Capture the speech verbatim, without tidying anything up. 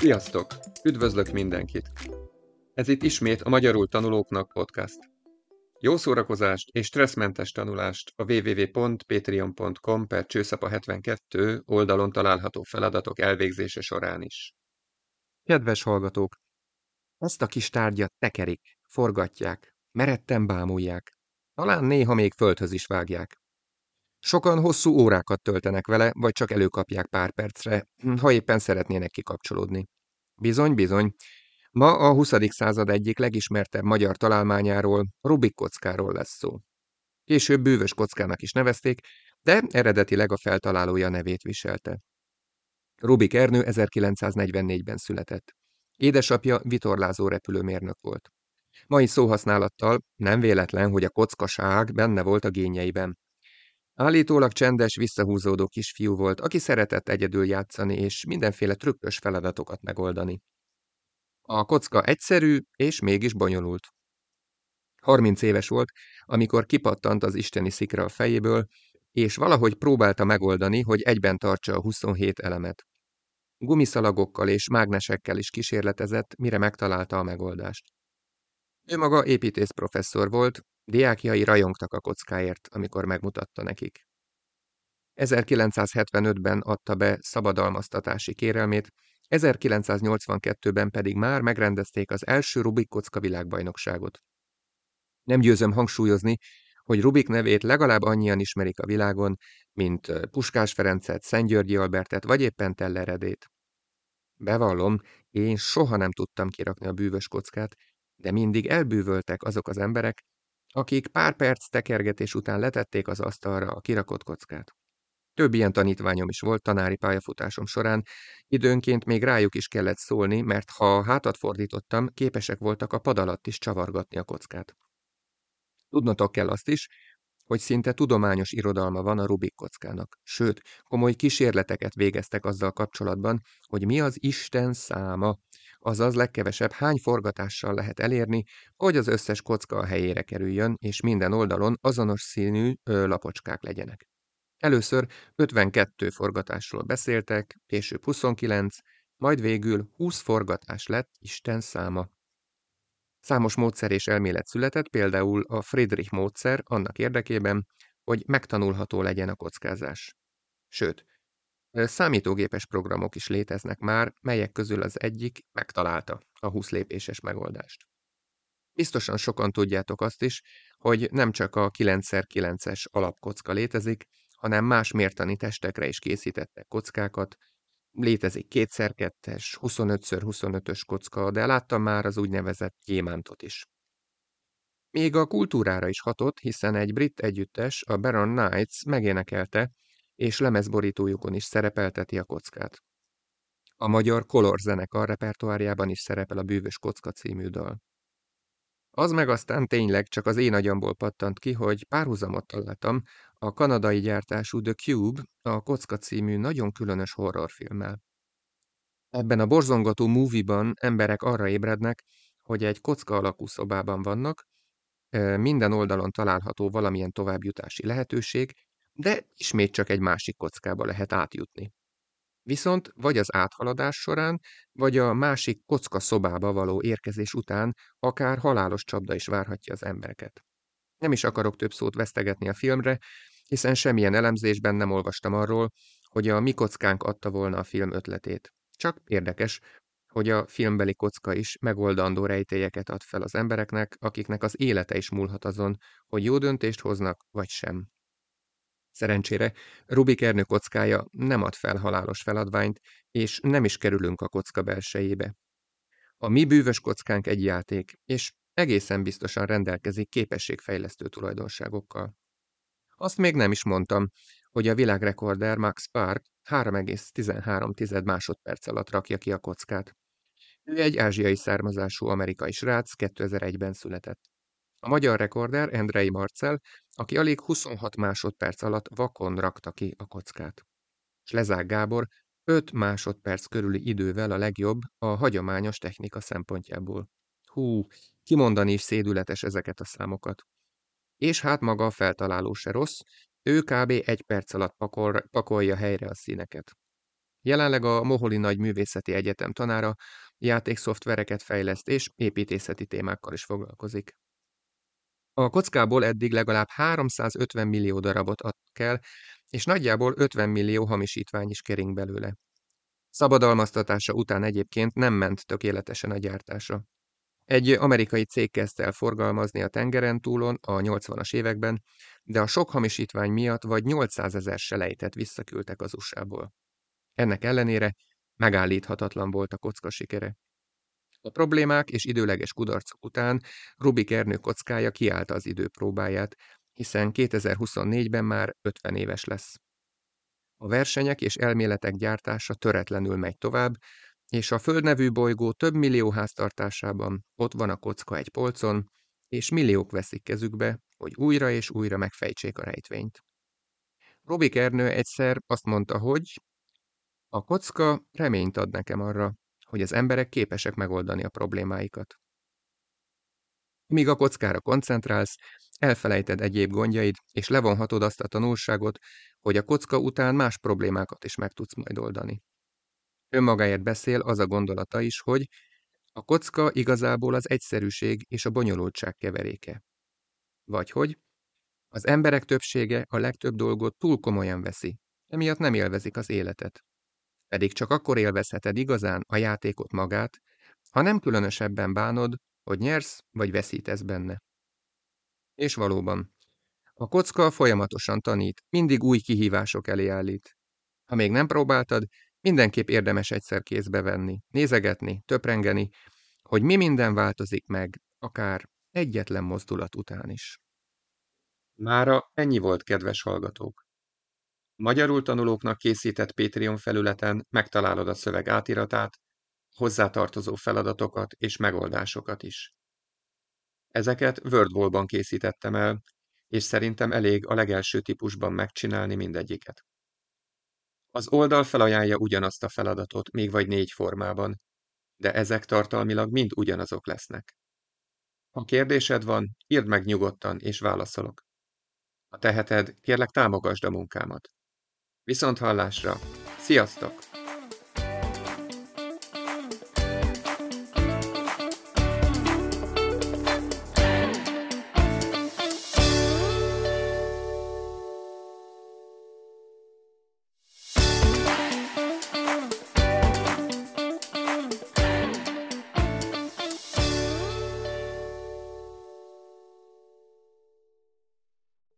Sziasztok! Üdvözlök mindenkit! Ez itt ismét a Magyarul Tanulóknak podcast. Jó szórakozást és stresszmentes tanulást a double-u double-u double-u pont patreon pont com per csőszapa hetvenkettő oldalon található feladatok elvégzése során is. Kedves hallgatók! Ezt a kis tárgyat tekerik, forgatják, meretten bámulják, talán néha még földhöz is vágják. Sokan hosszú órákat töltenek vele, vagy csak előkapják pár percre, ha éppen szeretnének kikapcsolódni. Bizony, bizony. Ma a huszadik század egyik legismertebb magyar találmányáról, Rubik kockáról lesz szó. Később bűvös kockának is nevezték, de eredetileg a feltalálója nevét viselte. Rubik Ernő ezerkilencszáznegyvennégyben született. Édesapja vitorlázó repülőmérnök volt. Mai szóhasználattal nem véletlen, hogy a kockaság benne volt a génjeiben. Állítólag csendes, visszahúzódó kisfiú volt, aki szeretett egyedül játszani és mindenféle trükkös feladatokat megoldani. A kocka egyszerű és mégis bonyolult. Harminc éves volt, amikor kipattant az isteni szikra a fejéből, és valahogy próbálta megoldani, hogy egyben tartsa a huszonhét elemet. Gumiszalagokkal és mágnesekkel is kísérletezett, mire megtalálta a megoldást. Ő maga építész professzor volt, diákjai rajongtak a kockáért, amikor megmutatta nekik. ezerkilencszázhetvenötben adta be szabadalmaztatási kérelmét, ezerkilencszáznyolcvankettőben pedig már megrendezték az első Rubik kocka világbajnokságot. Nem győzöm hangsúlyozni, hogy Rubik nevét legalább annyian ismerik a világon, mint Puskás Ferencet, Szentgyörgyi Albertet vagy éppen Teller Edét. Bevallom, én soha nem tudtam kirakni a bűvös kockát, de mindig elbűvöltek azok az emberek, akik pár perc tekergetés után letették az asztalra a kirakott kockát. Több ilyen tanítványom is volt tanári pályafutásom során, időnként még rájuk is kellett szólni, mert ha hátat fordítottam, képesek voltak a pad alatt is csavargatni a kockát. Tudnotok kell azt is, hogy szinte tudományos irodalma van a Rubik kockának, sőt, komoly kísérleteket végeztek azzal kapcsolatban, hogy mi az Isten száma, azaz legkevesebb hány forgatással lehet elérni, hogy az összes kocka a helyére kerüljön, és minden oldalon azonos színű ö, lapocskák legyenek. Először ötvenkettő forgatásról beszéltek, később huszonkilenc, majd végül húsz forgatás lett Isten száma. Számos módszer és elmélet született, például a Friedrich módszer annak érdekében, hogy megtanulható legyen a kockázás. Sőt, számítógépes programok is léteznek már, melyek közül az egyik megtalálta a húsz lépéses megoldást. Biztosan sokan tudjátok azt is, hogy nem csak a kilenc szer kilences alapkocka létezik, hanem más mértani testekre is készítettek kockákat. Létezik két szer kettes, huszonöt szer huszonötös kocka, de láttam már az úgynevezett gyémántot is. Még a kultúrára is hatott, hiszen egy brit együttes, a Baron Knights megénekelte, és lemezborítójukon is szerepelteti a kockát. A magyar Color zenekar repertoárjában is szerepel a Bűvös kocka című dal. Az meg aztán tényleg csak az én agyamból pattant ki, hogy párhuzamot találtam a kanadai gyártású The Cube, a Kocka című nagyon különös horrorfilmmel. Ebben a borzongató movie-ban emberek arra ébrednek, hogy egy kocka alakú szobában vannak, minden oldalon található valamilyen továbbjutási lehetőség, de ismét csak egy másik kockába lehet átjutni. Viszont vagy az áthaladás során, vagy a másik kocka szobába való érkezés után akár halálos csapda is várhatja az embereket. Nem is akarok több szót vesztegetni a filmre, hiszen semmilyen elemzésben nem olvastam arról, hogy a mi kockánk adta volna a film ötletét. Csak érdekes, hogy a filmbeli kocka is megoldandó rejtélyeket ad fel az embereknek, akiknek az élete is múlhat azon, hogy jó döntést hoznak, vagy sem. Szerencsére Rubik Ernő kockája nem ad fel halálos feladványt, és nem is kerülünk a kocka belsejébe. A mi bűvös kockánk egy játék, és egészen biztosan rendelkezik képességfejlesztő tulajdonságokkal. Azt még nem is mondtam, hogy a világrekorder Max Park három egész tizenhárom másodperc alatt rakja ki a kockát. Ő egy ázsiai származású amerikai srác, kétezer-egyben született. A magyar rekorder Endrei Marcel, aki alig huszonhat másodperc alatt vakon rakta ki a kockát. S Lezák Gábor öt másodperc körüli idővel a legjobb a hagyományos technika szempontjából. Hú, kimondani is szédületes ezeket a számokat. És hát maga a feltaláló se rossz, ő kb. egy perc alatt pakol, pakolja helyre a színeket. Jelenleg a Moholi Nagy Művészeti Egyetem tanára, játékszoftvereket fejleszt és építészeti témákkal is foglalkozik. A kockából eddig legalább háromszázötven millió darabot adtak el, és nagyjából ötven millió hamisítvány is kering belőle. Szabadalmaztatása után egyébként nem ment tökéletesen a gyártása. Egy amerikai cég kezdte el forgalmazni a tengeren túlon a nyolcvanas években, de a sok hamisítvány miatt vagy nyolcszázezer selejtet visszaküldtek az u es á-ból. Ennek ellenére megállíthatatlan volt a kocka sikere. A problémák és időleges kudarcok után Rubik Ernő kockája kiállta az idő próbáját, hiszen kétezer-huszonnégyben már ötven éves lesz. A versenyek és elméletek gyártása töretlenül megy tovább, és a Föld nevű bolygó több millió háztartásában ott van a kocka egy polcon, és milliók veszik kezükbe, hogy újra és újra megfejtsék a rejtvényt. Rubik Ernő egyszer azt mondta, hogy a kocka reményt ad nekem arra, hogy az emberek képesek megoldani a problémáikat. Míg a kockára koncentrálsz, elfelejted egyéb gondjaid, és levonhatod azt a tanulságot, hogy a kocka után más problémákat is meg tudsz majd oldani. Önmagáért beszél az a gondolata is, hogy a kocka igazából az egyszerűség és a bonyolultság keveréke. Vagy hogy az emberek többsége a legtöbb dolgot túl komolyan veszi, emiatt nem élvezik az életet. Pedig csak akkor élvezheted igazán a játékot magát, ha nem különösebben bánod, hogy nyersz vagy veszítesz benne. És valóban, a kocka folyamatosan tanít, mindig új kihívások elé állít. Ha még nem próbáltad, mindenképp érdemes egyszer kézbe venni, nézegetni, töprengeni, hogy mi minden változik meg, akár egyetlen mozdulat után is. Mára ennyi volt, kedves hallgatók. Magyarul tanulóknak készített Patreon felületen megtalálod a szöveg átiratát, hozzátartozó feladatokat és megoldásokat is. Ezeket Wordwall-ban készítettem el, és szerintem elég a legelső típusban megcsinálni mindegyiket. Az oldal felajánlja ugyanazt a feladatot, még vagy négy formában, de ezek tartalmilag mind ugyanazok lesznek. Ha kérdésed van, írd meg nyugodtan, és válaszolok. Ha teheted, kérlek támogasd a munkámat. Viszonthallásra! Sziasztok!